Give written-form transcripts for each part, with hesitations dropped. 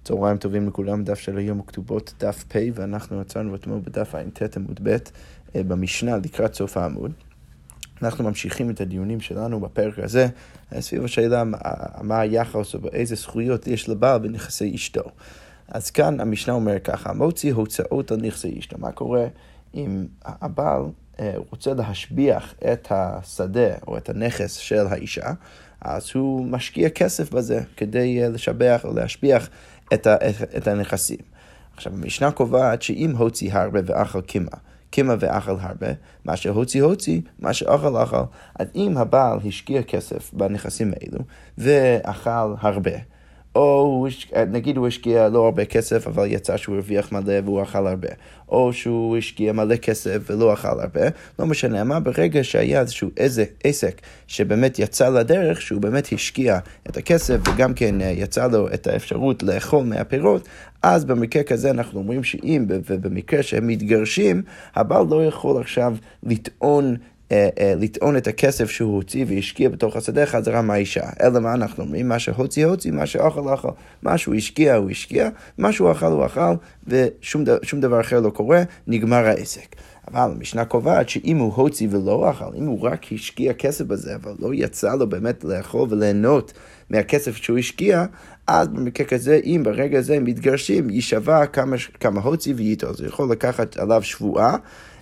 צהריים טובים לכולם, דף של היום וכתובות דף פ' ואנחנו יצאנו אתמול בדף ע"ט עמוד ב' במשנה לקראת סוף העמוד. אנחנו ממשיכים את הדיונים שלנו בפרק הזה סביב השאלה מה היחס או איזה זכויות יש לבעל בנכסי אשתו. אז כאן המשנה אומר ככה, מוציא הוצאות על נכסי אשתו. מה קורה אם הבעל רוצה להשביח את השדה או את הנכס של האישה, אז הוא משקיע כסף בזה כדי לשבח או להשביח את הנכסים. עכשיו, המשנה קובעת שאם הוציא הרבה ואכל קימה ואכל הרבה, מה שהוציא, מה שאכל. אז אם הבעל השקיע כסף בנכסים האלו ואכל הרבה, או נגיד הוא השקיע לא הרבה כסף, אבל יצא שהוא הרוויח מלא והוא אכל הרבה, או שהוא השקיע מלא כסף ולא אכל הרבה, לא משנה מה, ברגע שהיה איזשהו עסק שבאמת יצא לדרך, שהוא באמת השקיע את הכסף וגם כן יצא לו את האפשרות לאכול מהפירות, אז במקרה כזה אנחנו אומרים שאם ובמקרה שהם מתגרשים, הבעל לא יכול עכשיו לטעון את הכסף שהוא הוציא והשקיע בתוך השדה חזרה מהאישה. אלא מה אנחנו אומרים? מה שהוציא, מה שאכל. מה שהוא השקיע, הוא השקיע, מה שהוא אכל, הוא אכל, ושום דבר אחר לא קורה, נגמר העסק. אבל המשנה קובעת שאם הוא הוציא ולא אכל, אם הוא רק השקיע כסף בזה, אבל לא יצא לו באמת לאכול וליהנות מהכסף שהוא השקיע, אז במקרה כזה, אם ברגע הזה מתגרשים, יישבע כמה הוציא ואיתו. זה יכול לקחת עליו שבועה,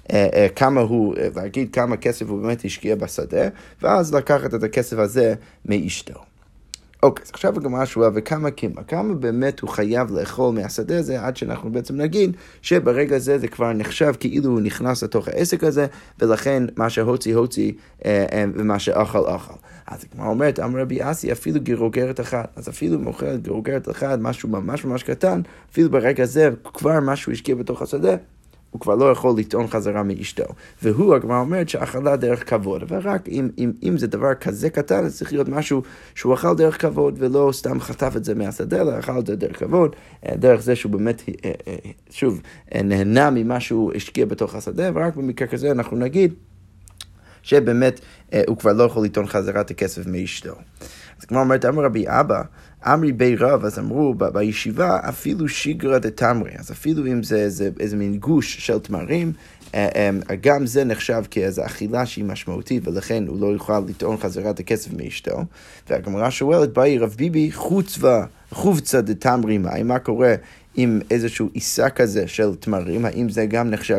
להגיד כמה כסף הוא באמת השקיע בשדה, ואז לקחת את הכסף הזה מאשתו. אוקיי, אז עכשיו גם משהו, וכמה קימה, כמה באמת הוא חייב לאכול מהשדה הזה, עד שאנחנו בעצם נגיד שברגע הזה זה כבר נחשב כאילו הוא נכנס לתוך העסק הזה, ולכן מה שהוציא, ומה שאכל. אז כמו אומרת, אמר רבי אסי, אפילו גירוגרת אחת, אז אפילו מוכרת גירוגרת אחת, משהו ממש קטן, אפילו ברגע הזה כבר משהו השקיע בתוך השדה, הוא כבר לא יכול לטעון חזרה מאשתו. והוא הגמרא אומרת שאכלה דרך כבוד. ורק אם זה דבר כזה קטן, אז צריך להיות משהו שהוא אכל דרך כבוד, ולא סתם חטף את זה מהשדה, אלא אכל את זה דרך כבוד, דרך זה שהוא באמת, שוב, נהנה ממה שהוא השקיע בתוך השדה, ורק במקרה כזה אנחנו נגיד שבאמת הוא כבר לא יכול לטעון חזרה את הכסף מאשתו. אז כמו אומרת, אמר רבי אבא, אמרי בי רב, אז אמרו בישיבה, אפילו שיגרא דתמרי, אז אפילו אם זה איזה מין גוש של תמרים, גם זה נחשב כאיזו אכילה שהיא משמעותית, ולכן הוא לא יוכל לטעון חזרת הכסף מאשתו. והגמרא שואלת, באי רב ביבי, חובצה דתמרי מים, מה קורה עם איזשהו עיסה כזה של תמרים, האם זה גם נחשב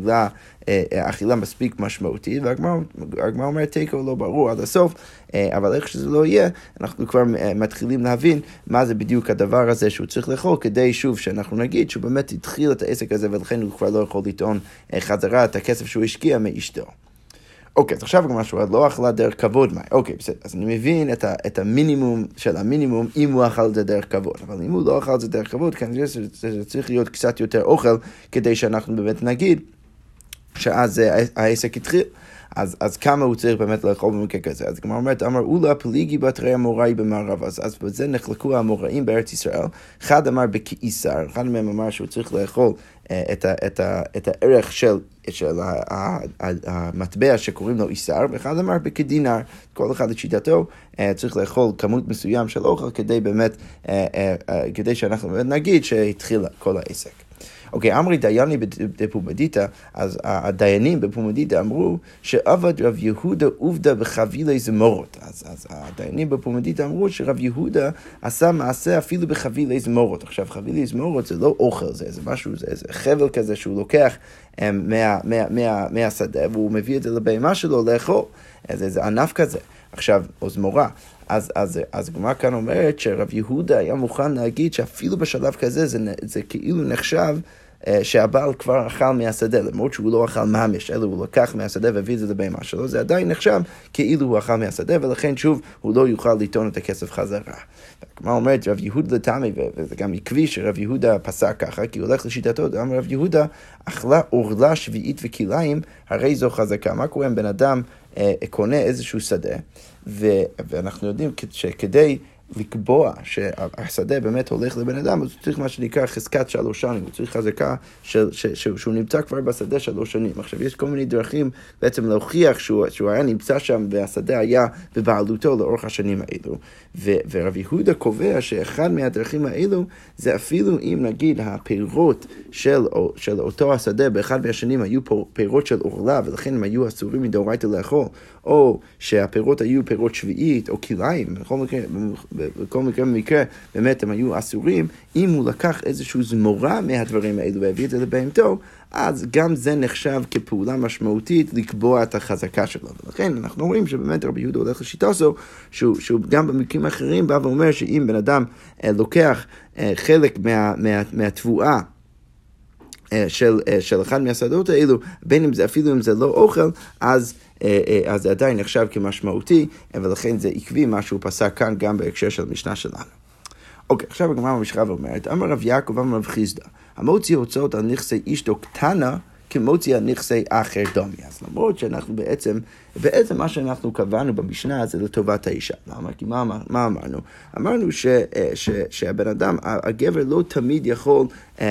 כאכילה מספיק משמעותית, והגמרא אומרת, תיקו לא ברור עד הסוף, אבל איך שזה לא יהיה, אנחנו כבר מתחילים להבין מה זה בדיוק הדבר הזה שהוא צריך לאכול, כדי שוב שאנחנו נגיד שהוא באמת התחיל את העסק הזה, ולכן הוא כבר לא יכול לטעון חזרה את הכסף שהוא השקיע מאשתו. אוקיי, אז עכשיו גם משהו, לא אכלה דרך כבוד, מה? אוקיי, בסדר, אז אני מבין את המינימום של המינימום, אם הוא אכל את זה דרך כבוד, אבל אם הוא לא אכל את זה דרך כבוד, כנראה זה צריך להיות קצת יותר אוכל, כדי שאנחנו באמת נגיד שאז העסק התחיל. אז כמה הוא צריך באמת לאכול במקרה כזה? אז כמו אומרת, אמר אולה פליגי בתרי המוראי במערב, אז בזה נחלקו המוראים בארץ ישראל, אחד אמר בקיסר, אחד מהם אמר שהוא צריך לאכול את הערך של המטבע שקוראים לו איסר, ואחד אמר בכדינר, כל אחד לשיטתו צריך לאכול כמות מסוים של אוכל כדי שאנחנו באמת נגיד שהתחיל כל העסק. אוקיי, אמרי דייני בפומדיתא, אז הדיינים בפומדיתא אמרו שעבד רב יהודה עובדה בחבילי זמורות. אז הדיינים בפומדיתא אמרו שרב יהודה עשה מעשה אפילו בחבילי זמורות. עכשיו, חבילי זמורות זה לא אוכל, זה משהו, זה איזה חבל כזה שהוא לוקח מהשדה, והוא מביא את זה לבהמה שלו לאכול. זה ענף כזה. עכשיו, או זמורה. אז גמרא כאן אומרת שרב יהודה היה מוכן להגיד שאפילו בשלב כזה זה כאילו נחשב שהבעל כבר אכל מהשדה, למרות שהוא לא אכל ממש, אלא הוא לקח מהשדה והביא את זה לבהמה שלו, זה עדיין נחשב כאילו הוא אכל מהשדה, ולכן שוב הוא לא יוכל לטעון את הכסף חזרה. הגמרא אומרת רב יהודה לטעמי, וזה גם עקבי שרב יהודה פסק ככה, כי הוא הולך לשיטתו, אמר רב יהודה, אכלה עורלה שביעית וכליים, הרי זו חזקה. מה קורה אם בן אדם קונה איזשהו שדה, ואנחנו יודעים שכדי לקבוע שהשדה באמת הולך לבן אדם, אז הוא צריך מה שנקרא חזקת 3 שנים, הוא צריך חזקה שהוא נמצא כבר בשדה 3 שנים. עכשיו, יש כל מיני דרכים בעצם להוכיח שהוא היה נמצא שם והשדה היה בבעלותו לאורך השנים האלו. ורב יהודה קובע שאחד מהדרכים האלו זה אפילו אם נגיד הפירות של אותו השדה באחד מהשנים היו פירות של עורלה, ולכן הם היו אסורים מדאורייתא לאכול, או שהפירות היו פירות שביעית או כליים, בכל מקרה באמת הם היו אסורים, אם הוא לקח איזשהו זמורה מהדברים האלו והביא את זה לבהמתו, אז גם זה נחשב כפעולה משמעותית לקבוע את החזקה שלו. ולכן אנחנו רואים שבאמת רבי יהודה הולך לשיטה זו, שהוא גם במקרים אחרים בא ואומר שאם בן אדם לוקח חלק מהתבואה של אחד מהשדות האלו, בין אם זה אפילו אם זה לא אוכל, אז זה עדיין נחשב כמשמעותי, ולכן זה עקבי מה שהוא פסק כאן גם בהקשר של המשנה שלנו. אוקיי, עכשיו הגמרא ממשיכה ואומרת, אמר רב יעקב אמר רב חיסדא, המוציא הוצאות על נכסי אשתו קטנה, כמוציא על נכסי אחר דומי. אז למרות שאנחנו בעצם מה שאנחנו קבענו במשנה זה לטובת האישה. למה? כי מה אמרנו? אמרנו שהבן אדם, הגבר לא תמיד יכול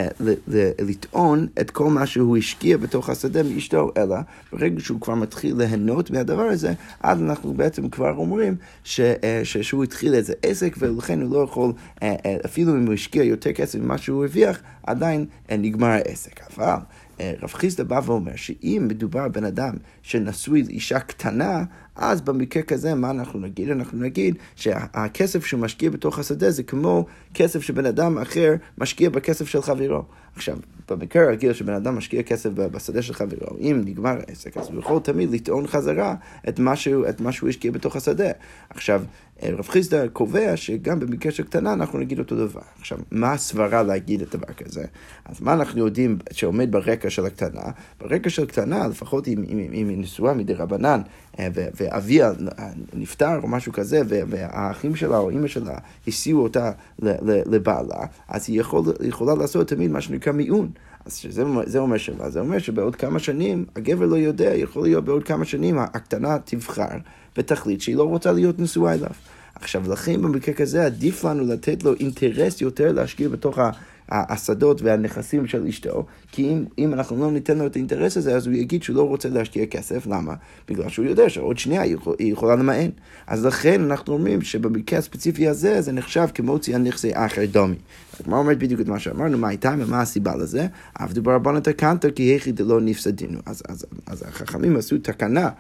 לטעון את כל מה שהוא השקיע בתוך השדה מאשתו, אלא ברגע שהוא כבר מתחיל ליהנות מהדבר הזה, אז אנחנו בעצם כבר אומרים שהוא התחיל איזה עסק, ולכן הוא לא יכול, אפילו אם הוא השקיע יותר כסף ממה שהוא הרוויח, עדיין נגמר העסק. אבל רב חיסדא בא ואומר שאם מדובר בן אדם שנשוי לאישה קטנה, אז במקרה כזה מה אנחנו נגיד? אנחנו נגיד שהכסף שהוא משקיע בתוך השדה זה כמו כסף שבן אדם אחר משקיע בכסף של חברו. עכשיו, במקרה רגיל שבן אדם משקיע כסף בשדה של חברו, אם נגמר העסק, אז הוא יכול תמיד לטעון חזרה את מה שהוא השקיע בתוך השדה. עכשיו, רב חיסדא קובע שגם במקרה של קטנה אנחנו נגיד אותו דבר. עכשיו, מה הסברה להגיד את דבר כזה? אז מה אנחנו יודעים שעומד ברקע של הקטנה? ברקע של קטנה, לפחות אם היא נשואה מדי רבנן, ואביה נפטר או משהו כזה, והאחים שלה או אמא שלה הסיעו אותה לבעלה, אז היא יכולה לעשות תמיד מה שנקרא מיעון. אז זה אומר שמה? זה אומר שבעוד כמה שנים, הגבר לא יודע, יכול להיות בעוד כמה שנים, הקטנה תבחר בתכלית שהיא לא רוצה להיות נשואה אליו. עכשיו, לכן במקרה כזה עדיף לנו לתת לו אינטרס יותר להשקיע בתוך השדות והנכסים של אשתו, כי אם אנחנו לא ניתן לו את האינטרס הזה, אז הוא יגיד שהוא לא רוצה להשקיע כסף. למה? בגלל שהוא יודע שעוד שנייה היא יכולה למען. אז לכן אנחנו אומרים שבמקרה הספציפי הזה, זה נחשב כמוציא על נכסי אחר דומי. מה אומרת בדיוק את מה שאמרנו? מה הייתה ומה הסיבה לזה? עבדו ברבנן תקנתא כי היכי דלא נפסדינו. אז החכמים עשו תקנה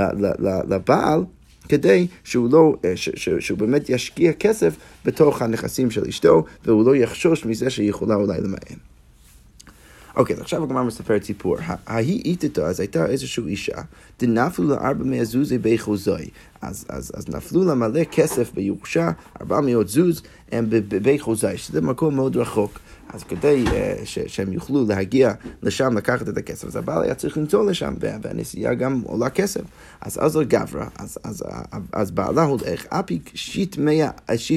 לבעל, כדי שהוא באמת ישקיע כסף בתוך הנכסים של אשתו, והוא לא יחשוש מזה שהיא יכולה אולי למען. אוקיי, אז עכשיו הגמרא מספרת סיפור. ההיא איתתו, אז הייתה איזושהי אישה, דנפלו לה 400 זוזי ביחוזוי. אז נפלו לה מלא כסף בירושה, 400 זוז ביחוזוי, שזה מקום מאוד רחוק. אז כדי שהם יוכלו להגיע לשם, לקחת את הכסף, אז הבעל היה צריך למצוא לשם, והנסיעה גם עולה כסף. אז זו גברה, אז בעלה הולך, אפי שיט 100,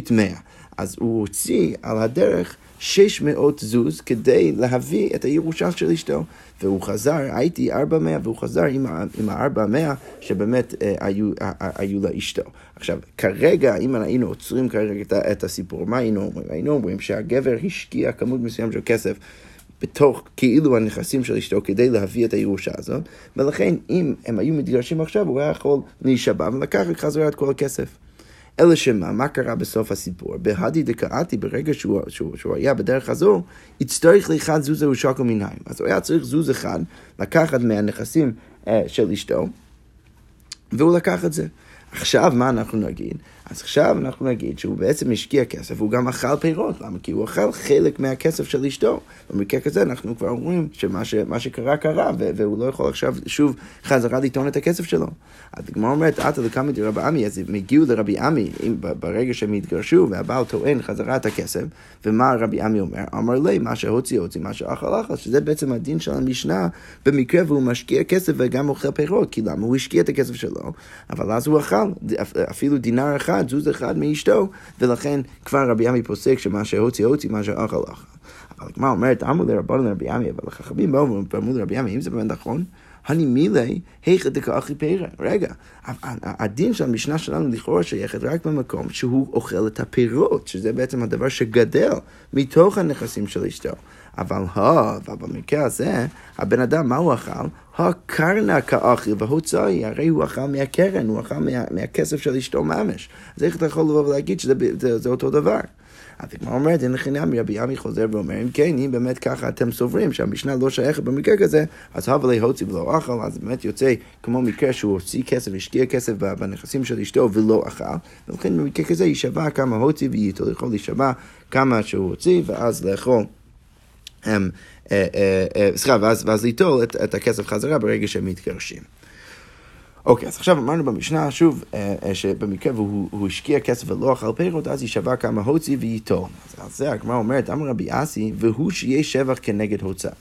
אז הוא הוציא על הדרך 600 זוז כדי להביא את הירושה של אשתו, והוא חזר, הייתי 400, והוא חזר עם 400 שבאמת היו לאשתו. עכשיו, כרגע, אם היינו עוצרים כרגע את הסיפור, מה היינו אומרים? היינו אומרים שהגבר השקיע כמות מסוים של כסף בתוך כאילו הנכסים של אשתו כדי להביא את הירושה הזאת, ולכן אם הם היו מתגרשים עכשיו, הוא היה יכול להישבע ולקח חזרה את כל הכסף. אלא מה קרה בסוף הסיפור? בהדי דקאתי, ברגע שהוא היה בדרך הזו, הצטריך לאחד זוזה ושקל מנהיים. אז הוא היה צריך זוז אחד לקחת מהנכסים של אשתו, והוא לקח את זה. עכשיו מה אנחנו נגיד? אז עכשיו אנחנו נגיד שהוא בעצם השקיע כסף, והוא גם אכל פירות. למה? כי הוא אכל חלק מהכסף של אשתו. במקרה כזה אנחנו כבר אומרים שמה שקרה קרה, והוא לא יכול עכשיו שוב חזרה לטעון את הכסף שלו. אז הגמרא אומרת, עתה לקמא דרבי עמי, אז הם הגיעו לרבי עמי, ברגע שהם התגרשו, והבעל טוען חזרה את הכסף, ומה רבי עמי אומר? אמר לי, מה שהוציא, מה שאכל, שזה בעצם הדין של המשנה, במקרה והוא משקיע כסף וגם אוכל פירות, כי למה? הוא השקיע את הכסף שלו, אבל אז הוא אכל, אפילו דינר אחד, זוז אחד מאשתו, ולכן כבר רבי עמי פוסק שמה שהוציא, מה שאכל. אבל הגמרא אומרת, אמרו לרבנן רבי עמי, אבל החכמים באו ואמרו לרבי עמי, אם זה באמת נכון, הני מילי, היכא דקאכי פירא. רגע, הדין של המשנה שלנו לכאורה שייכת רק במקום שהוא אוכל את הפירות, שזה בעצם הדבר שגדל מתוך הנכסים של אשתו. אבל במקרה הזה, הבן אדם, מה הוא אכל? הקרנה כאכיל והוצאי, הרי הוא אכל מהקרן, הוא אכל מהכסף של אשתו ממש. אז איך אתה יכול לבוא ולהגיד שזה אותו דבר? אז כמו אומרת, אין לחינם, רבי עמי חוזר ואומר, אם כן, אם באמת ככה אתם סוברים שהמשנה לא שייכת במקרה כזה, אז הווה להוציא ולא אכל, אז באמת יוצא כמו מקרה שהוא הוציא כסף, השקיע כסף בנכסים של אשתו ולא אכל, ולכן במקרה כזה יישבע כמה הוציא וייתו, יכול להישבע כמה שהוא הוציא, ואז לאכול. ואז ליטול את הכסף חזרה ברגע שהם מתגרשים. אוקיי, אז עכשיו אמרנו במשנה, שוב, שבמקרה והוא השקיע כסף ולא אכל פירות, אז יישבע כמה הוציא וייטול. אז זה הגמרא אומרת, אמר רבי אסי, והוא שיהיה שבח כנגד הוצאה.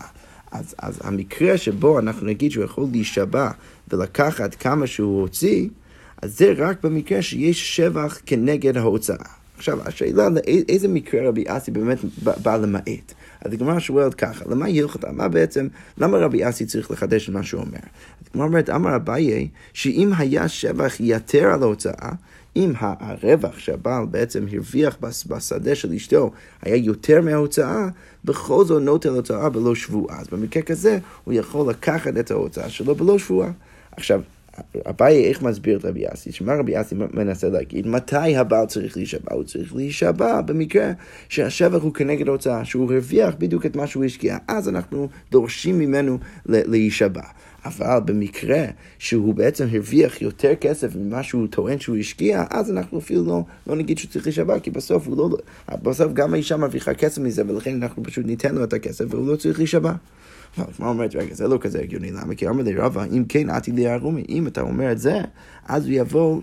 אז המקרה שבו אנחנו נגיד שהוא יכול להישבע ולקחת כמה שהוא הוציא, אז זה רק במקרה שיש שבח כנגד ההוצאה. עכשיו, השאלה, איזה מקרה רבי אסי באמת בא למעט? אז הגמרא שואלת ככה, למה ילכתה? מה בעצם, למה רבי אסי צריך לחדש את מה שהוא אומר? הגמרא אומרת, אמר אביי, שאם היה שבח יתר על ההוצאה, אם הרווח שהבעל בעצם הרוויח בשדה של אשתו היה יותר מההוצאה, בכל זאת נוטל הוצאה בלא שבועה. אז במקרה כזה, הוא יכול לקחת את ההוצאה שלו בלא שבועה. עכשיו, אביי איך מסביר את רבי אסי? שמה רבי אסי מנסה להגיד? מתי הבעל צריך להישבע? הוא צריך להישבע במקרה שהשבח הוא כנגד ההוצאה, שהוא הרוויח בדיוק את מה שהוא השקיע. אז אנחנו דורשים ממנו להישבע. אבל במקרה שהוא בעצם הרוויח יותר כסף ממה שהוא טוען שהוא השקיע, אז אנחנו אפילו לא נגיד שהוא צריך להישבע, כי בסוף גם האישה מרוויחה כסף מזה, ולכן אנחנו פשוט ניתן לו את הכסף והוא לא צריך להישבע. מה אומרת, רגע, זה לא כזה הגיוני, למה? כי אמר לי רבא, אם כן, עתי להרומי, אם אתה אומר את זה, אז הוא יבוא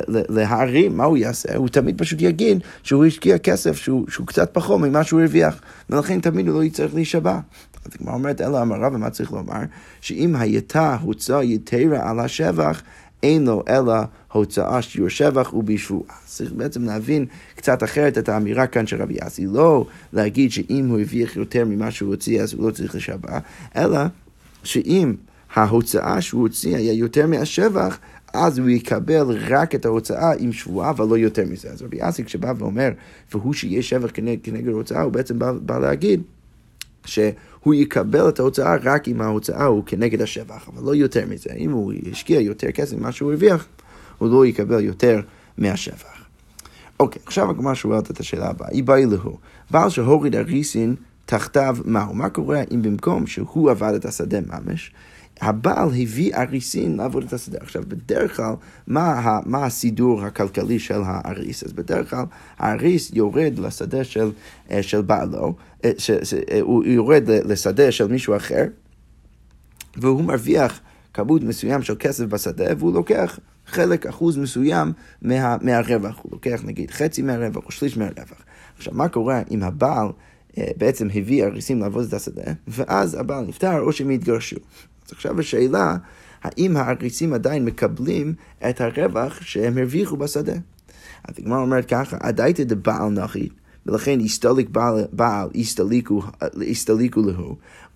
להרים, מה הוא יעשה? הוא תמיד פשוט יגיד שהוא השקיע כסף שהוא קצת פחות ממה שהוא הרוויח, ולכן תמיד הוא לא יצטרך להישבע. אז כמו אומרת, אלא אמר רבא, מה צריך לומר? שאם הייתה הוצאה יתרה על השבח, אין לו אלא הוצאה שיעור שבח ובשבועה. צריך בעצם להבין קצת אחרת את האמירה כאן של רבי אסי, לא להגיד שאם הוא הרוויח יותר ממה שהוא הוציא אז הוא לא צריך לשבע, אלא שאם ההוצאה שהוא הוציא היה יותר מהשבח, אז הוא יקבל רק את ההוצאה עם שבועה ולא יותר מזה. אז רבי אסי כשבא ואומר, והוא שיהיה שבח כנגד ההוצאה, הוא בעצם בא להגיד שהוא יקבל את ההוצאה רק אם ההוצאה הוא כנגד השבח, אבל לא יותר מזה. אם הוא ישקיע יותר כסף ממה שהוא הרוויח, הוא לא יקבל יותר מהשבח. אוקיי, עכשיו הגמרא שואלת את השאלה הבאה. היא באי לו, בעל שהוריד הריסין תחתיו מהו? מה קורה אם במקום שהוא עבד את השדה ממש, הבעל הביא אריסין לעבוד את השדה? עכשיו, בדרך כלל, מה הסידור הכלכלי של האריס? אז בדרך כלל, האריס יורד לשדה של בעלו, הוא יורד לשדה של מישהו אחר, והוא מרוויח כמות מסוים של כסף בשדה, והוא לוקח אחוז מסוים מהרווח. הוא לוקח נגיד חצי מהרווח או שליש מהרווח. עכשיו, מה קורה אם הבעל בעצם הביא אריסים לעבוד את השדה, ואז הבעל נפטר או שהם התגרשו? אז עכשיו השאלה, האם האריסים עדיין מקבלים את הרווח שהם הרוויחו בשדה? אז הגמרא אומרת ככה, עדייתא דבעל נחית, ולכן הסתליק בעל, הסתליקו לו.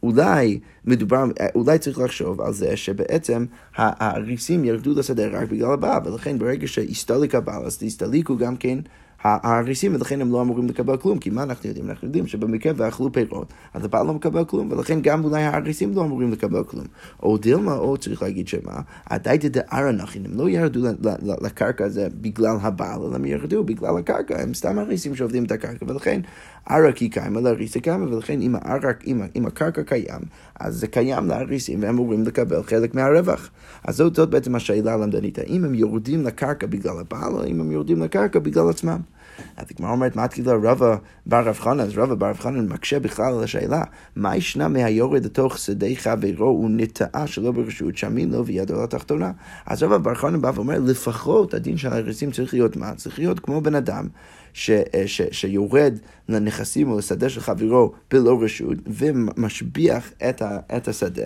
אולי צריך לחשוב על זה שבעצם האריסים ירדו לשדה רק בגלל הבעל, ולכן ברגע שהסתליק הבעל, אז הסתליקו גם כן האריסים, ולכן הם לא אמורים לקבל כלום, כי מה אנחנו יודעים? אנחנו יודעים שבמקרה ואכלו פירות, אז הבעל לא מקבל כלום, ולכן גם אולי האריסים לא אמורים לקבל כלום. או דילמה, או צריך להגיד שמה, עדייתא דערא נחין, הם לא ירדו לקרקע הזה בגלל הבעל, אלא הם ירדו בגלל הקרקע, הם סתם אריסים שעובדים את הקרקע, ולכן ערא כי קיימא לאריסא קיימא, ולכן אם הקרקע קיים, אז זה קיים לאריסים, והם אמורים לקבל חלק מהרווח. אז זאת בעצם השאלה הלמדנית, האם הם יורדים לקרקע בגלל הבעל, או אם הם יורדים לקרקע בגלל עצמם. אז כמו אומרת, מה תגידה רבא בר רב חנן? אז רבא בר רב חנן מקשה בכלל על השאלה, מה ישנה מהיורד לתוך שדה חברו ונטעה שלא ברשות שמין לו וידו לתחתונה? אז רבא בר חנן בא ואומר, לפחות הדין של האריסים צריך להיות מה? צריך להיות כמו בן אדם שיורד לנכסים או לשדה של חברו בלא רשות ומשביח את השדה,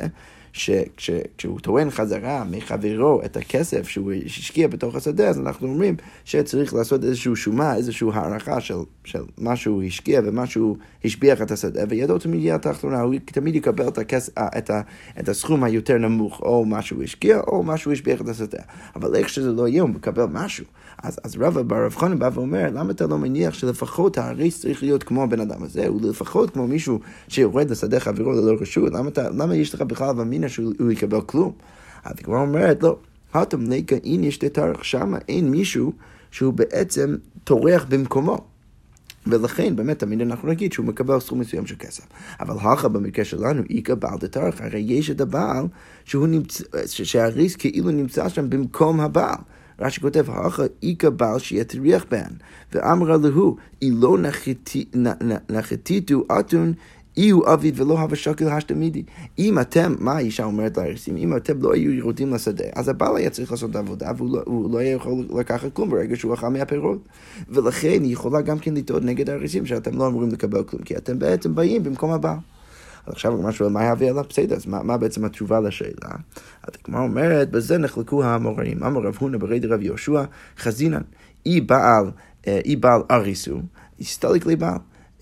שכשהוא טוען חזרה מחברו את הכסף שהוא השקיע בתוך השדה, אז אנחנו אומרים שצריך לעשות איזושהי שומה, איזושהי הערכה של מה שהוא השקיע ומה שהוא השביח את השדה, וידו תמיד יהיה התחתונה, הוא תמיד יקבל את הסכום היותר נמוך, או מה שהוא השקיע, או מה שהוא השביח את השדה. אבל איך שזה לא יהיה, הוא מקבל משהו. אז רב חנן בא ואומר, למה אתה לא מניח שלפחות ההריס צריך להיות כמו הבן אדם הזה, הוא לפחות כמו מישהו שיורד לשדה חברו ללא רשות, למה יש לך בכלל ואמינה שהוא יקבל כלום? הדגמרא אומרת, לא, התם ליקה אין יש תטרח, שם אין מישהו שהוא בעצם טורח במקומו. ולכן באמת תמיד אנחנו נגיד שהוא מקבל סכום מסוים של כסף. אבל הלכה במקרה שלנו, איקה בעל תטרח, הרי יש את הבעל שהריס כאילו נמצא שם במקום הבעל. רש"י כותב, הלכה איקה בעל שיטריח בהן, ואמרה להו, אילו נחתיתו אתון, איהו אביד ולא הווה שקל השתמידי. אם אתם, מה האישה אומרת להריסים? אם אתם לא היו יורדים לשדה, אז הבעל היה צריך לעשות את העבודה, והוא לא היה יכול לקחת כלום ברגע שהוא אכל מהפירות. ולכן היא יכולה גם כן לטעות נגד ההריסים, שאתם לא אמורים לקבל כלום, כי אתם בעצם באים במקום הבעל. אז עכשיו משהו, מה יביא עליו? בסדר, אז מה בעצם התשובה לשאלה? הדגמרא אומרת, בזה נחלקו האמוראים. אמר רב הונא ברי דרב יהושע, חזינן, אי בעל אריסו, הסתליק לי בעל.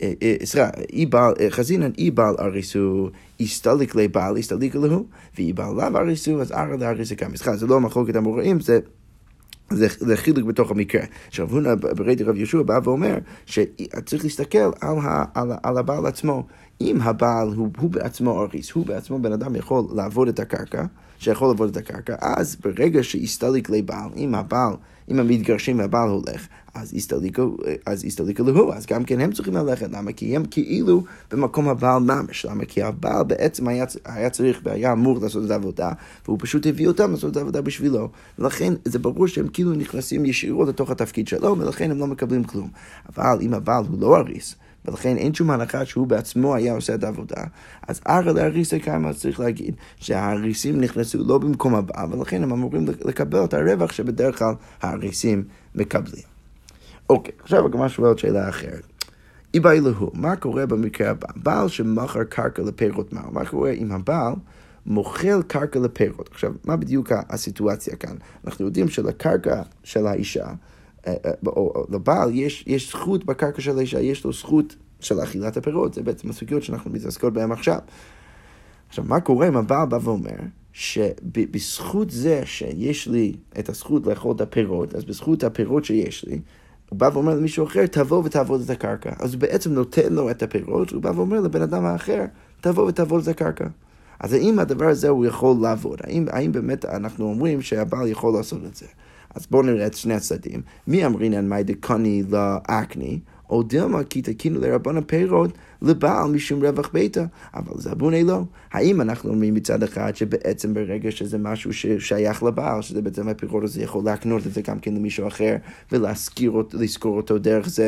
חזינן אי בעל אריסו, הסתליק לי בעל, הסתליק להו, ואי בעל לאו אריסו, אז ארא לאריסו גם. זה לא מחלוקת האמוראים, זה חילוק בתוך המקרה. שרב הונא ברי דרב יהושע בא ואומר שצריך להסתכל על הבעל עצמו. אם הבעל הוא בעצמו אריס, הוא בעצמו בן אדם יכול לעבוד את הקרקע, שיכול לעבוד את הקרקע, אז ברגע שהסתליק לי בעל, אם המתגרשים והבעל הולך, אז הסתליקו לו, אז גם כן הם צריכים ללכת. למה? כי הם כאילו במקום הבעל ממש. למה? כי הבעל בעצם היה צריך והיה אמור לעשות את העבודה, והוא פשוט הביא אותם לעשות את העבודה בשבילו. ולכן זה ברור שהם כאילו נכנסים ישירות לתוך התפקיד שלו, ולכן הם לא מקבלים כלום. אבל אם הבעל הוא לא אריס, ולכן אין שום הנחה שהוא בעצמו היה עושה את העבודה, אז ארא לאריסא קיימא, צריך להגיד שההריסים נכנסו לא במקום הבעל, ולכן הם אמורים לקבל את הרווח שבדרך כלל ההריסים מקבלים. אוקיי, עכשיו הגמרא שואלת שאלה אחרת. איבאי להו, מה קורה במקרה הבא? בעל שמכר קרקע לפירות, מה קורה אם הבעל מוכר קרקע לפירות? עכשיו, מה בדיוק הסיטואציה כאן? אנחנו יודעים שלקרקע של האישה, או לבעל יש זכות בקרקע של האישה, יש לו זכות של אכילת הפירות, זה בעצם הסוגיות שאנחנו מתעסקות בהן עכשיו. עכשיו, מה קורה אם הבעל בא ואומר שבזכות זה שיש לי את הזכות לאכול את הפירות, אז בזכות הפירות שיש לי, הוא בא ואומר למישהו אחר, תבוא ותעבוד את הקרקע. אז הוא בעצם נותן לו את הפירות, הוא בא ואומר לבן אדם האחר, תבוא ותעבוד את הקרקע. אז האם הדבר הזה הוא יכול לעבוד? האם באמת אנחנו אומרים שהבעל יכול לעשות את זה? אז בואו נראה את שני הצדדים. מי אמרינן מי דקני לאקני, או דלמה כי תקינו לרבן הפירות לבעל משום רווח ביתה, אבל זה אבוני לא. האם אנחנו אומרים מצד אחד שבעצם ברגע שזה משהו ששייך לבעל, שזה בעצם הפירות הזה יכול להקנות את זה גם כן למישהו אחר, ולזכור אותו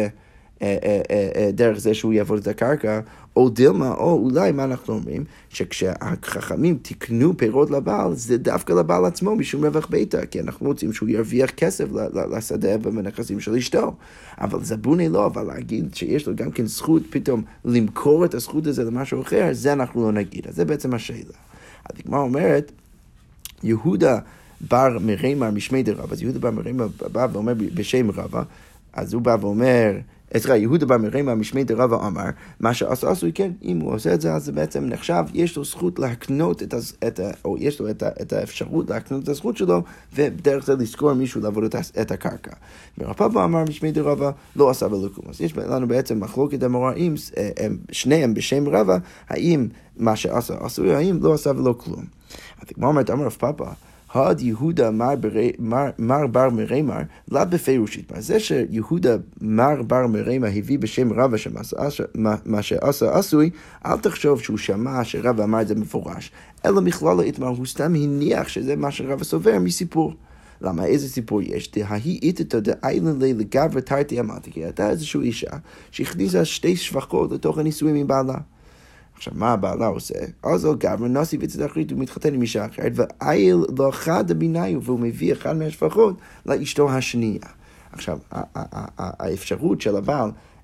דרך זה שהוא יעבוד את הקרקע, או דלמה, או אולי מה אנחנו אומרים, שכשהחכמים תקנו פירות לבעל, זה דווקא לבעל עצמו משום רווח ביתה, כי אנחנו רוצים שהוא ירוויח כסף לשדה ובנכסים של אשתו. אבל זבוני לא, אבל להגיד שיש לו גם כן זכות פתאום למכור את הזכות הזה למשהו אחר, זה אנחנו לא נגיד. אז זה בעצם השאלה. הדגמרא אומרת, יהודה בר מרימר משמי דרבא, אז יהודה בר מרימר בא ואומר בשם רבא, אז הוא בא ואומר, יהודה בר מרימא משמי דרבא אמר, מה שעשה עשוי כן, אם הוא עושה את זה, אז זה בעצם נחשב, יש לו זכות להקנות או יש לו את האפשרות להקנות את הזכות שלו, ובדרך זה לזכור מישהו לעבוד את הקרקע. ורב פאפא אמר משמי דרבא, לא עשה ולא כלום. אז יש לנו בעצם מחלוקת אמוראים, שניהם בשם רבא, האם מה שעשה עשוי, האם לא עשה ולא כלום. אז כמו אומרת, אמר רב פאפא, הד יהודה מר בר מרימר, לא בפירושית. זה שיהודה מר בר מרימר הביא בשם רבא מה שעשה עשוי, אל תחשוב שהוא שמע שרבא אמר את זה מפורש, אלא מכלל התמר, הוא סתם הניח שזה מה שרבא סובר מסיפור. למה? איזה סיפור יש? דהי איתתא דאיילן לי לגבר תרתי אמרתי, כי הייתה איזושהי אישה שהכניסה 2 שפחות לתוך הנישואים עם בעלה. עכשיו, מה הבעלה עושה? אז על גבר נשיא בצד אחרית, הוא מתחתן עם אישה אחרת, ואיל לא חד ביניו, והוא מביא אחד מהשפחות לאשתו השנייה. עכשיו, האפשרות של הבעל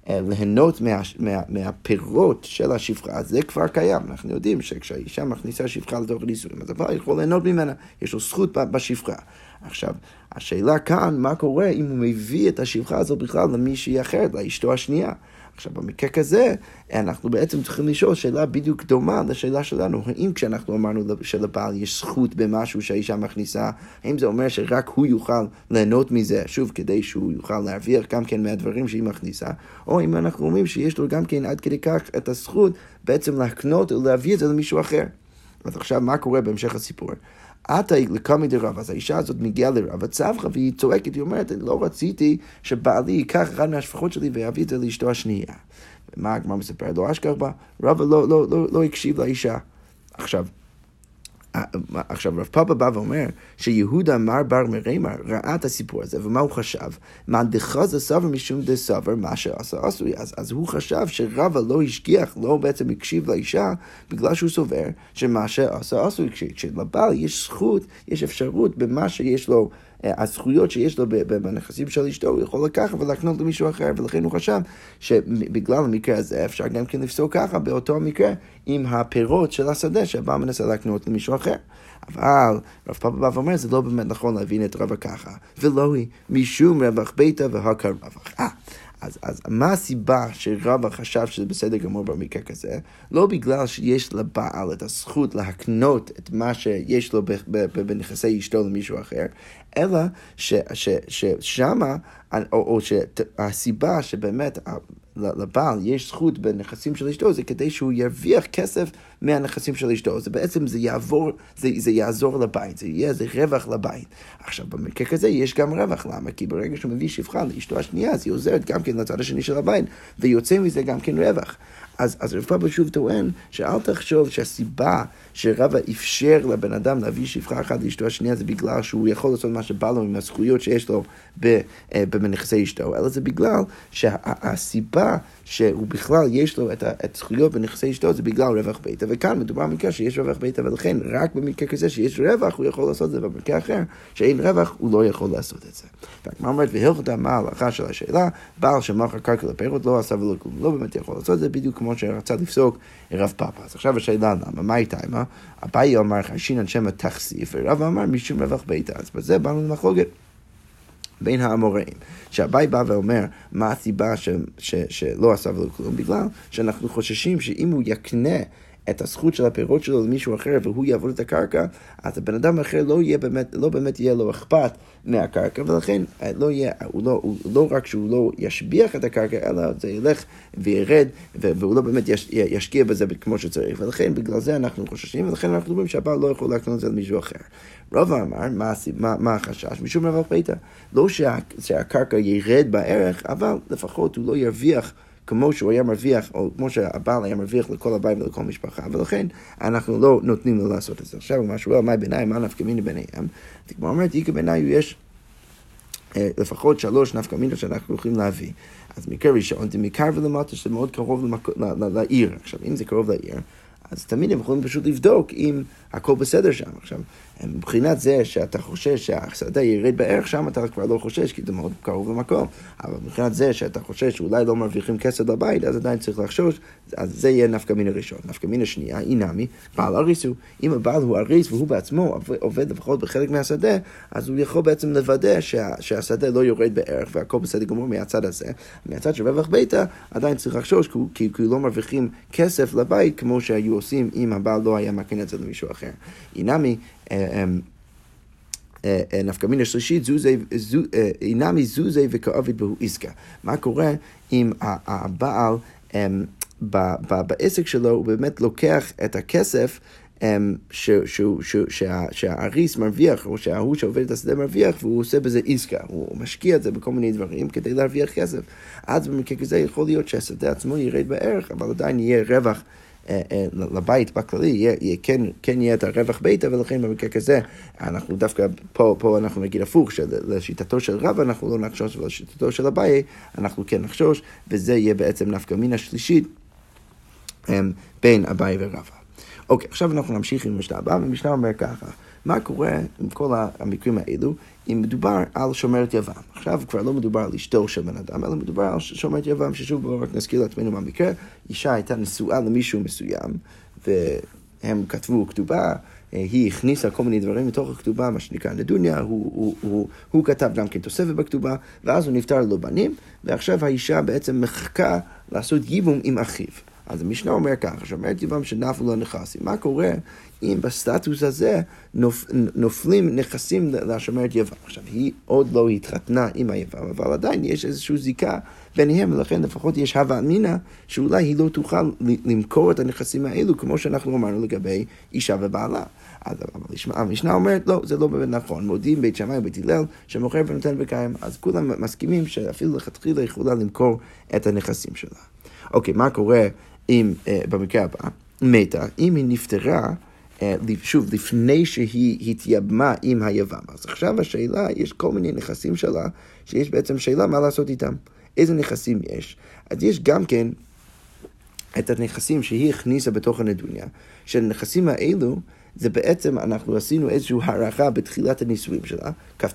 ליהנות מהפירות של השפחה, זה כבר קיים. אנחנו יודעים שכשהאישה מכניסה שפחה לתוך הנישואים, אז הבעל יכול ליהנות ממנה, יש לו זכות בשפחה. עכשיו, השאלה כאן, מה קורה אם הוא מביא את השפחה הזו בכלל למישהי אחרת, לאשתו השנייה? עכשיו, במקרה כזה, אנחנו בעצם צריכים לשאול שאלה בדיוק דומה לשאלה שלנו. האם כשאנחנו אמרנו שלבעל יש זכות במשהו שהאישה מכניסה, האם זה אומר שרק הוא יוכל ליהנות מזה, שוב, כדי שהוא יוכל להרוויח גם כן מהדברים שהיא מכניסה, או אם אנחנו אומרים שיש לו גם כן עד כדי כך את הזכות בעצם להקנות ולהביא את זה למישהו אחר. אז עכשיו, מה קורה בהמשך הסיפור? עתה לקמי דרב, אז האישה הזאת מגיעה לרב הצווחת, והיא צועקת, היא אומרת, לא רציתי שבעלי ייקח אחד מהשפחות שלי ויביא את זה לאשתו השנייה. ומה הגמרא מספרת? לא אשכח בה, רב לא הקשיב לאישה. עכשיו רב פאפא בא ואומר שיהודה מר בר מרימר ראה את הסיפור הזה, ומה הוא חשב? מה דחזה סבר משום דסבר מה שעשה עשוי. אז הוא חשב שרבא לא השגיח, לא בעצם הקשיב לאישה, בגלל שהוא סובר שמה שעשה עשוי. כשלבעל יש זכות, יש אפשרות במה שיש לו, הזכויות שיש לו בנכסים של אשתו, הוא יכול לקחת ולקנות למישהו אחר, ולכן הוא חשב שבגלל המקרה הזה אפשר גם כן לפסוק ככה באותו מקרה עם הפירות של השדה שהבא מנסה לקנות למישהו אחר. אבל רב פאפא בא ואומר, זה לא באמת נכון להבין את רבא ככה, ולא היא משום רווח ביתה והכר רווח. אז מה הסיבה שרבא חשב שזה בסדר גמור במקרה כזה? לא בגלל שיש לבעל את הזכות להקנות את מה שיש לו בנכסי אשתו למישהו אחר, אלא ששמה, או שהסיבה שבאמת לבעל יש זכות בנכסים של אשתו, זה כדי שהוא ירוויח כסף מהנכסים של אשתו. זה בעצם, זה יעזור לבית, זה יהיה איזה רווח לבית. עכשיו, במקרה כזה יש גם רווח. למה? כי ברגע שהוא מביא שפחה לאשתו השנייה, אז היא עוזרת גם כן לצד השני של הבית, ויוצא מזה גם כן רווח. אז רב פאפא שוב טוען שאל תחשוב שהסיבה שרבא אפשר לבן אדם להביא שפחה אחת לאשתו השנייה זה בגלל שהוא יכול לעשות מה שבא לו עם הזכויות שיש לו בנכסי אשתו, אלא זה בגלל שהסיבה שהוא בכלל יש לו את זכויות בנכסי אשתו זה בגלל רווח ביתה, וכאן מדובר במקרה שיש רווח ביתה, ולכן רק במקרה כזה שיש רווח הוא יכול לעשות את זה, במקרה אחר שאין רווח הוא לא יכול לעשות את זה. והגמרא אומרת, והלכתה מה ההלכה של השאלה, בעל שמכר קרקע לפירות לא עשה ולא כלום, לא באמת יכול לעשות את זה, בדיוק כמו שרצה לפסוק רב פאפא. אז עכשיו השאלה למה, מה הייתה אימה? אביי אמר חשינן שמא תכסיף, ורב אמר משום רווח ביתה. אז בזה באנו למחלוקת בין האמוראים, שהבאי בא ואומר מה הסיבה שלא עשה ולא כלום, בגלל שאנחנו חוששים שאם הוא יקנה את הזכות של הפירות שלו למישהו אחר והוא יעבוד את הקרקע, אז הבן אדם אחר לא באמת יהיה לו אכפת מהקרקע, ולכן הוא לא רק שהוא לא ישביח את הקרקע, אלא זה ילך וירד, והוא לא באמת ישקיע בזה כמו שצריך, ולכן בגלל זה אנחנו חוששים, ולכן אנחנו אומרים שהבעל לא יכול לקנות את זה למישהו אחר. רבא אמר, מה החשש? משום רווח ביתה. לא שהקרקע ירד בערך, אבל לפחות הוא לא ירוויח כמו שהוא היה מרוויח, או כמו שהבעל היה מרוויח לכל הבית ולכל משפחה, ולכן אנחנו לא נותנים לו לעשות את זה. עכשיו, משהו מה ביניים, מה נפקא מינה ביניהם? הגמרא אומרת, איכא ביניהם יש לפחות 3 נפקא מינות שאנחנו יכולים להביא. אז מקרה ראשון, זה מקרוב ולמטה, שזה מאוד קרוב לעיר. עכשיו, אם זה קרוב לעיר, אז תמיד הם יכולים פשוט לבדוק אם הכל בסדר שם. עכשיו, מבחינת זה שאתה חושש שהשדה ירד בערך שם, אתה כבר לא חושש, כי זה מאוד קרוב למקום. אבל מבחינת זה שאתה חושש שאולי לא מרוויחים כסף לבית, אז עדיין צריך לחשוש, אז זה יהיה נפקא מינה ראשון. נפקא מינה שנייה, אינמי, בעל אריס הוא. אם הבעל הוא אריס והוא בעצמו עובד לפחות בחלק מהשדה, אז הוא יכול בעצם לוודא שהשדה לא יורד בערך, והכל בסדר גמור מהצד הזה. מהצד של רווח ביתה, עדיין צריך לחשוש, כי לא מרוויחים כסף לבית, כמו שהיו עושים אם הבעל לא היה מקנה את זה למישהו אחר. אינמי, נפקא מינה שלישית, אינמי זוזי וכעובד בהו עסקה. מה קורה אם הבעל בעסק שלו הוא באמת לוקח את הכסף שהאריס מרוויח, או שההוא שעובד את השדה מרוויח, והוא עושה בזה עסקה, הוא משקיע את זה בכל מיני דברים כדי להרוויח כסף. אז במקרה כזה יכול להיות שהשדה עצמו ירד בערך, אבל עדיין יהיה רווח לבית בכללי, כן יהיה את הרווח ביתה, ולכן במקרה כזה, אנחנו דווקא, פה אנחנו נגיד הפוך, שלשיטתו של רב אנחנו לא נחשוש, ולשיטתו של אביי אנחנו כן נחשוש, וזה יהיה בעצם נפקא מינה שלישית בין אביי ורבא. אוקיי, עכשיו אנחנו נמשיך עם המשנה הבאה, והמשנה אומר ככה, מה קורה עם כל המקרים האלו, אם מדובר על שומרת יבם? עכשיו כבר לא מדובר על אשתו של בן אדם, אלא מדובר על שומרת יבם, ששוב רק נזכיר לעצמנו במקרה, אישה הייתה נשואה למישהו מסוים, והם כתבו כתובה, היא הכניסה כל מיני דברים מתוך הכתובה, מה שנקרא נדוניה, הוא כתב גם כן תוספת בכתובה, ואז הוא נפטר לו בנים, ועכשיו האישה בעצם מחכה לעשות ייבום עם אחיו. אז המשנה אומר ככה, שומרת יבם שנפלו לו נכסים. מה קורה אם בסטטוס הזה נופלים נכסים לשומרת יבם? עכשיו, היא עוד לא התחתנה עם היבם, אבל עדיין יש איזושהי זיקה ביניהם, ולכן לפחות יש הווה אמינא שאולי היא לא תוכל למכור את הנכסים האלו, כמו שאנחנו אמרנו לגבי אישה ובעלה. אז המשנה אומרת, לא, זה לא באמת נכון. מודיעים בית שמאי ובית הלל שמוכר ונותן וקיים, אז כולם מסכימים שאפילו לכתחילה יכולה למכור את הנכסים שלה. אוקיי, מה קורה אם במקרה הבא, מתה, אם היא נפטרה, שוב, לפני שהיא התייבמה עם היבם. אז עכשיו השאלה, יש כל מיני נכסים שלה, שיש בעצם שאלה מה לעשות איתם. איזה נכסים יש? אז יש גם כן את הנכסים שהיא הכניסה בתוך הנדוניה, שהנכסים האלו, זה בעצם אנחנו עשינו איזושהי הערכה בתחילת הניסויים שלה,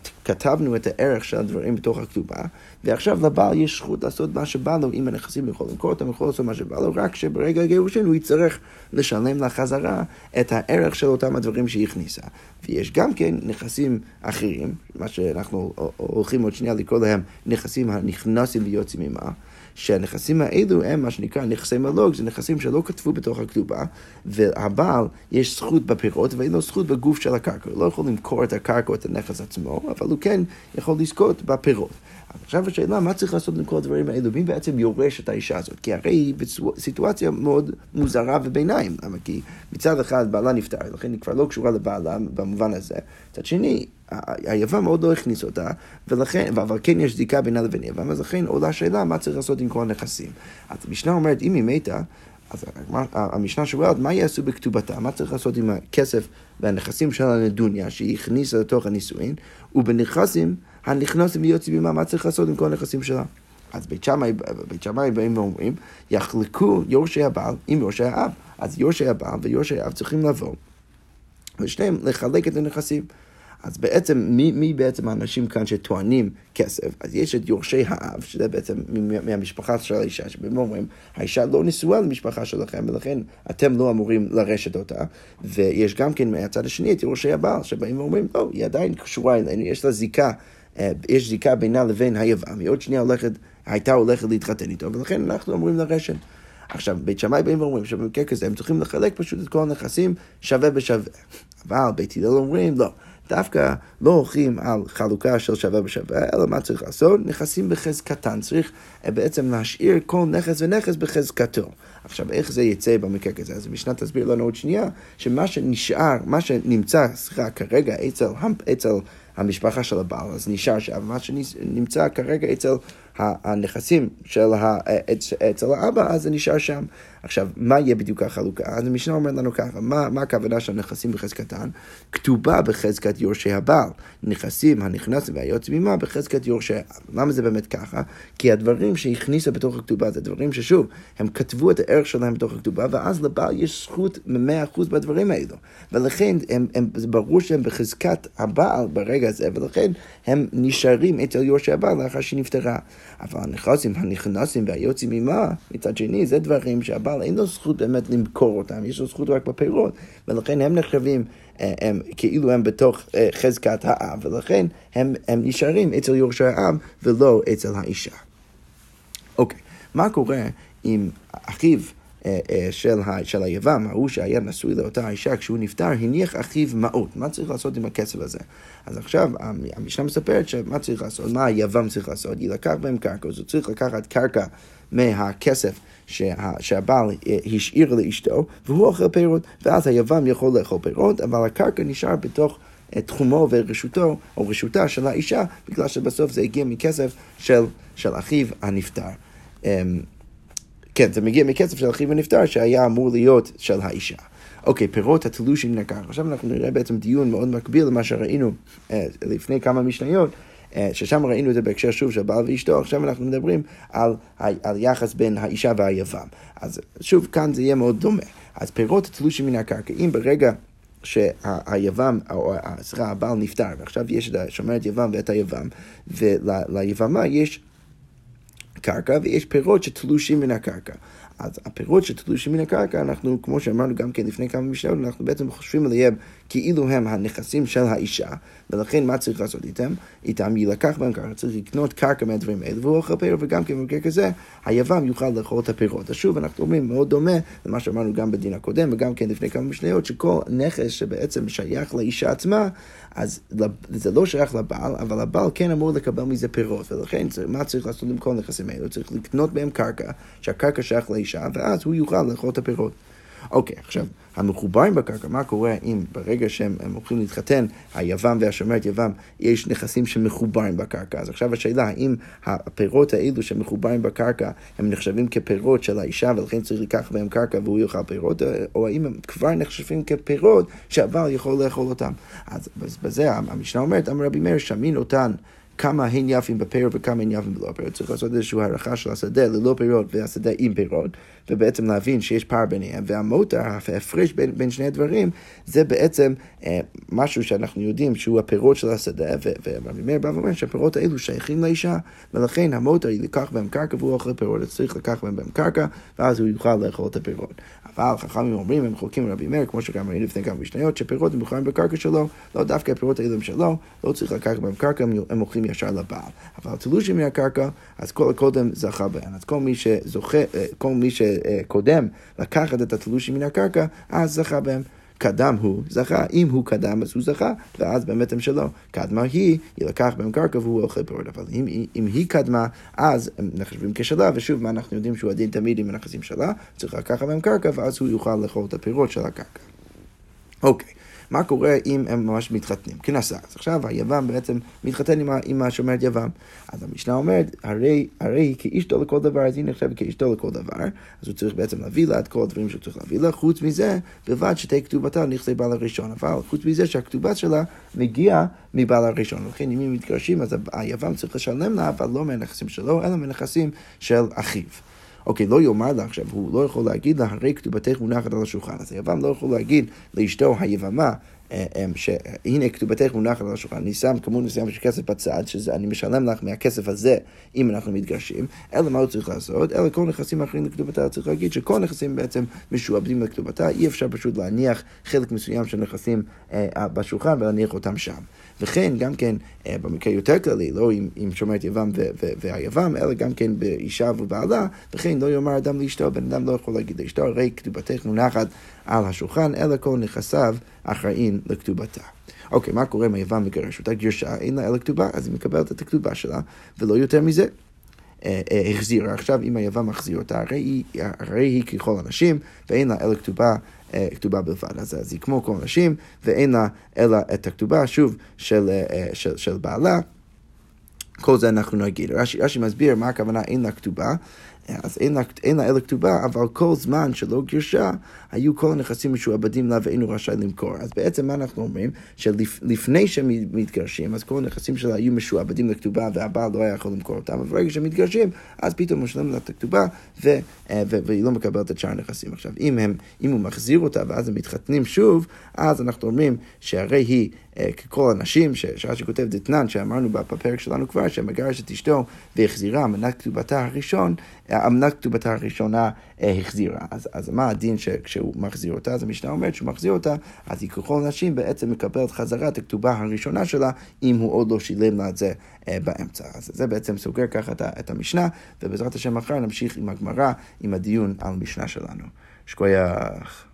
כתבנו את הערך של הדברים בתוך הכתובה, ועכשיו לבעל יש זכות לעשות מה שבא לו, אם הנכסים יכול למכור אותם, יכול לעשות מה שבא לו, רק שברגע הגירושין הוא יצטרך לשלם לה חזרה את הערך של אותם הדברים שהיא הכניסה. ויש גם כן נכסים אחרים, מה שאנחנו הולכים עוד שנייה לקרוא להם נכסים הנכנסים ויוצאים עמה, שהנכסים האלו הם מה שנקרא נכסי מלוג, זה נכסים שלא כתבו בתוך הכתובה, והבעל יש זכות בפירות ואין לו זכות בגוף של הקרקע. הוא לא יכול למכור את הקרקע או את הנכס עצמו, אבל הוא כן יכול לזכות בפירות. עכשיו השאלה, מה צריך לעשות עם כל הדברים האלו? מי בעצם יורש את האישה הזאת? כי הרי היא בסיטואציה מאוד מוזרה וביניים. למה? כי מצד אחד בעלה נפטר, לכן היא כבר לא קשורה לבעלה במובן הזה. מצד שני, היבם מאוד לא הכניס אותה, אבל כן יש זיקה בינה לבין יבם, אז לכן עולה שאלה, מה צריך לעשות עם כל הנכסים? אז המשנה אומרת, אם היא מתה, אז המשנה שואלת, מה יעשו בכתובתה? מה צריך לעשות עם הכסף והנכסים של הנדוניה, שהיא הכניסה לתוך הנישואין, ובנכסים הנכנסים ויוצאים עמה, מה צריך לעשות עם כל הנכסים שלה? אז בית שמאי באים ואומרים, יחלקו יורשי הבעל עם יורשי האב. אז יורשי הבעל ויורשי האב צריכים לבוא, ושניהם לחלק את הנכסים. אז בעצם, מי בעצם האנשים כאן שטוענים כסף? אז יש את יורשי האב, שזה בעצם מהמשפחה של האישה, שבהם אומרים, האישה לא נשואה למשפחה שלכם, ולכן אתם לא אמורים לרשת אותה. ויש גם כן מהצד השני את יורשי הבעל, שבהם אומרים, לא, היא עדיין קשורה אלינו, יש לה זיקה, יש זיקה בינה לבין היבם, היא עוד שנייה הייתה הולכת להתחתן איתו, ולכן אנחנו אמורים לרשת. עכשיו, בית שמאי באים ואומרים שבמקרה כזה הם צריכים לחלק פשוט את כל הנכסים שווה בשווה. אבל בית הלל אומרים, לא. דווקא לא הולכים על חלוקה של שווה בשווה, אלא מה צריך לעשות? נכסים בחזקתן. צריך בעצם להשאיר כל נכס ונכס בחזקתו. עכשיו, איך זה יצא במקרה כזה? אז המשנה תסביר לנו עוד שנייה, שמה שנשאר, מה שנמצא, כרגע אצל המשפחה של הבעל, אז נשאר שם, מה שנמצא כרגע אצל הנכסים אצל האבא, אז זה נשאר שם. עכשיו, מה יהיה בדיוק החלוקה? אז המשנה אומר לנו ככה, מה הכוונה של נכסים בחזקתן? כתובה בחזקת יורשי הבעל, נכסים הנכנסים והיוצאים עמה בחזקת יורשי האב. למה זה באמת ככה? כי הדברים שהכניסה בתוך הכתובה, זה דברים ששוב, הם כתבו את הערך שלהם בתוך הכתובה, ואז לבעל יש זכות 100% בדברים האלו. ולכן, זה ברור שהם בחזקת הבעל ברגע הזה, ולכן הם נשארים אצל יורשי הבעל לאחר שהיא נפטרה. אבל הנכסים הנכנסים והיוצאים עמה, מצד שני, זה דברים שהבעל אין לו זכות באמת למכור אותם, יש לו זכות רק בפירות, ולכן הם נחשבים כאילו הם בתוך חזקת האב, ולכן הם נשארים אצל יורשי האב ולא אצל האישה. אוקיי, מה קורה אם אחיו של היבם, ההוא שהיה נשוי לאותה האישה, כשהוא נפטר, הניח אחיו מעות? מה צריך לעשות עם הכסף הזה? אז עכשיו המשנה מספרת שמה צריך לעשות, מה היבם צריך לעשות? ילקח בהם קרקע, אז הוא צריך לקחת קרקע מהכסף שהבעל השאיר לאשתו, והוא אוכל פירות, ואז היבם יכול לאכול פירות, אבל הקרקע נשאר בתוך תחומו ורשותו, או רשותה של האישה, בגלל שבסוף זה הגיע מכסף של אחיו הנפטר. כן, זה מגיע מכסף של אחיו הנפטר שהיה אמור להיות של האישה. אוקיי, פירות התלושים נקר. עכשיו אנחנו נראה בעצם דיון מאוד מקביל למה שראינו לפני כמה משניות, ששם ראינו את זה בהקשר שוב של בעל ואשתו. עכשיו אנחנו מדברים על יחס בין האישה והיבם. אז שוב, כאן זה יהיה מאוד דומה. אז פירות התלושים מן הקרקע, אם ברגע שהיבם, או סליחה, הבעל נפטר, ועכשיו יש את השומרת יבם ואת היבם, וליבמה יש קרקע ויש פירות שתלושים מן הקרקע. אז הפירות שתלושים מן הקרקע, אנחנו, כמו שאמרנו גם כן לפני כמה משנות, אנחנו בעצם חושבים עליהם כאילו הם הנכסים של האישה, ולכן מה צריך לעשות איתם? איתם יילקח בהם קרקע, צריך לקנות קרקע מהדברים האלה, והוא אוכל פירות, וגם כן במקרה כזה, היבם יוכל לאכול את הפירות. אז שוב, אנחנו אומרים מאוד דומה למה שאמרנו גם בדין הקודם, וגם כן לפני כמה משנות, שכל נכס שבעצם שייך לאישה עצמה, אז זה לא שייך לבעל, אבל הבעל כן אמור לקבל מזה פירות, ולכן מה צריך לעשות עם כל נכסים האלה? צריך לקנות בהם קרקע, שהקרקע שייך לאישה, ואז הוא יוכל לאכול את הפירות. אוקיי, עכשיו, המחוברים בקרקע, מה קורה אם ברגע שהם הולכים להתחתן, היבם והשומרת יבם, יש נכסים שמחוברים בקרקע? אז עכשיו השאלה, האם הפירות האלו שמחוברים בקרקע, הם נחשבים כפירות של האישה, ולכן צריך לקח בהם קרקע והוא יאכל פירות, או האם הם כבר נחשבים כפירות שהבעל יכול לאכול אותם? אז בזה המשנה אומרת, אמר רבי מאיר, שמין אותן, כמה הן יפים בפירות וכמה הן יפים בלא פירות. צריך לעשות איזושהי הערכה של השדה ללא פירות והשדה עם פירות, ובעצם להבין שיש פער ביניהם. והמותר, ההפרש בין שני הדברים, זה בעצם משהו שאנחנו יודעים שהוא הפירות של השדה, ורבי מאיר בא ואומר שהפירות האלו שייכים לאישה, ולכן המותר ילקח בהם קרקע והוא אוכל פירות, צריך לקח בהם קרקע, ואז הוא יוכל לאכול את הפירות. אבל חכמים אומרים, הם חולקים רבי מאיר, כמו שגם ראינו לפני כמה משניות, שפירות הם מוכרים בקרקע שלו, לא דווקא הפירות האלו שלו, לא צריך לקח בהם קרקע, הם הולכים ישר לבעל. אבל תלושים מהקרקע, אז כל הקודם זכה בהם. אז כל מי שקודם לקחת את התלושים מן הקרקע, אז זכה בהם. קדם הוא זכה, אם הוא קדם אז הוא זכה, ואז באמת הם שלו. קדמה היא, ילקח בהם קרקע והוא אוכל פירות. אבל אם היא קדמה, אז הם נחשבים כשלה, ושוב, מה אנחנו יודעים שהוא הדין תמיד עם הנכסים שלה, צריך לקחת בהם קרקע, ואז הוא יוכל לאכול את הפירות של הקרקע. אוקיי. מה קורה אם הם ממש מתחתנים? כנסה. אז עכשיו היבם בעצם מתחתן עם השומרת יבם. אז המשנה אומרת, הרי היא כאשתו לכל דבר, אז היא נחשבת כאשתו לכל דבר, אז הוא צריך בעצם להביא לה את כל הדברים שהוא צריך להביא לה, חוץ מזה, בלבד שתהיה כתובתה נכסי בעל הראשון, אבל חוץ מזה שהכתובה שלה מגיעה מבעל הראשון, לכן אם הם מתגרשים, אז היבם צריך לשלם לה, אבל לא מהנכסים שלו, אלא מהנכסים של אחיו. אוקיי, לא יאמר לה עכשיו, הוא לא יכול להגיד לה, הרי כתובתך מונחת על השולחן. אז היבם לא יכול להגיד לאשתו היבמה, שהנה כתובתך מונחת על השולחן, אני שם כמות מסוים של כסף בצד, שאני משלם לך מהכסף הזה, אם אנחנו מתגרשים, אלא מה הוא צריך לעשות? אלא כל נכסים אחרים לכתובתה, צריך להגיד שכל נכסים בעצם משועבדים לכתובתה, אי אפשר פשוט להניח חלק מסוים של נכסים בשולחן ולהניח אותם שם. וכן, גם כן, במקרה יותר כללי, לא עם שומרת יבם והיבם, אלא גם כן באישה ובעלה, וכן לא יאמר אדם לאשתו, בן אדם לא יכול להגיד לאשתו, הרי כתובתך מונחת על השולחן, אלא כל נכסיו אחראים לכתובתה. אוקיי, מה קורה אם היבם מגרש אותה גרשה, אין לה אלא כתובה, אז היא מקבלת את הכתובה שלה, ולא יותר מזה. החזירה. עכשיו, אם היבם מחזיר אותה, הרי היא ככל אנשים, ואין לה אלא כתובה בלבד. אז היא כמו כל אנשים, ואין לה אלא את הכתובה, שוב, של בעלה. כל זה אנחנו נגיד. רש"י מסביר מה הכוונה אין לה כתובה, אז אין לה אלא כתובה, אבל כל זמן שלא גרשה, היו כל הנכסים משועבדים לה ואינו רשאי למכור. אז בעצם מה אנחנו אומרים? שלפני שהם מתגרשים, אז כל הנכסים שלה היו משועבדים לכתובה, והבעל לא היה יכול למכור אותם, אבל ברגע שהם מתגרשים, אז פתאום משלם לה את הכתובה, והיא לא מקבלת את שאר הנכסים. עכשיו, אם הוא מחזיר אותה, ואז הם מתחתנים שוב, אז אנחנו אומרים שהרי היא ככל אנשים, שרש"י כותב דתנן, שאמרנו בפרק שלנו כבר, שמגרש את אשתו והחזירה, אמנת כתובתה הראשונה החזירה. אז מה הדין כשהוא מחזיר אותה? אז המשנה אומרת שהוא מחזיר אותה, אז היא ככל אנשים בעצם מקבלת חזרה את הכתובה הראשונה שלה, אם הוא עוד לא שילם לה את זה באמצע. אז זה בעצם סוגר ככה את המשנה, ובעזרת השם מחר נמשיך עם הגמרא, עם הדיון על המשנה שלנו. שכוייח.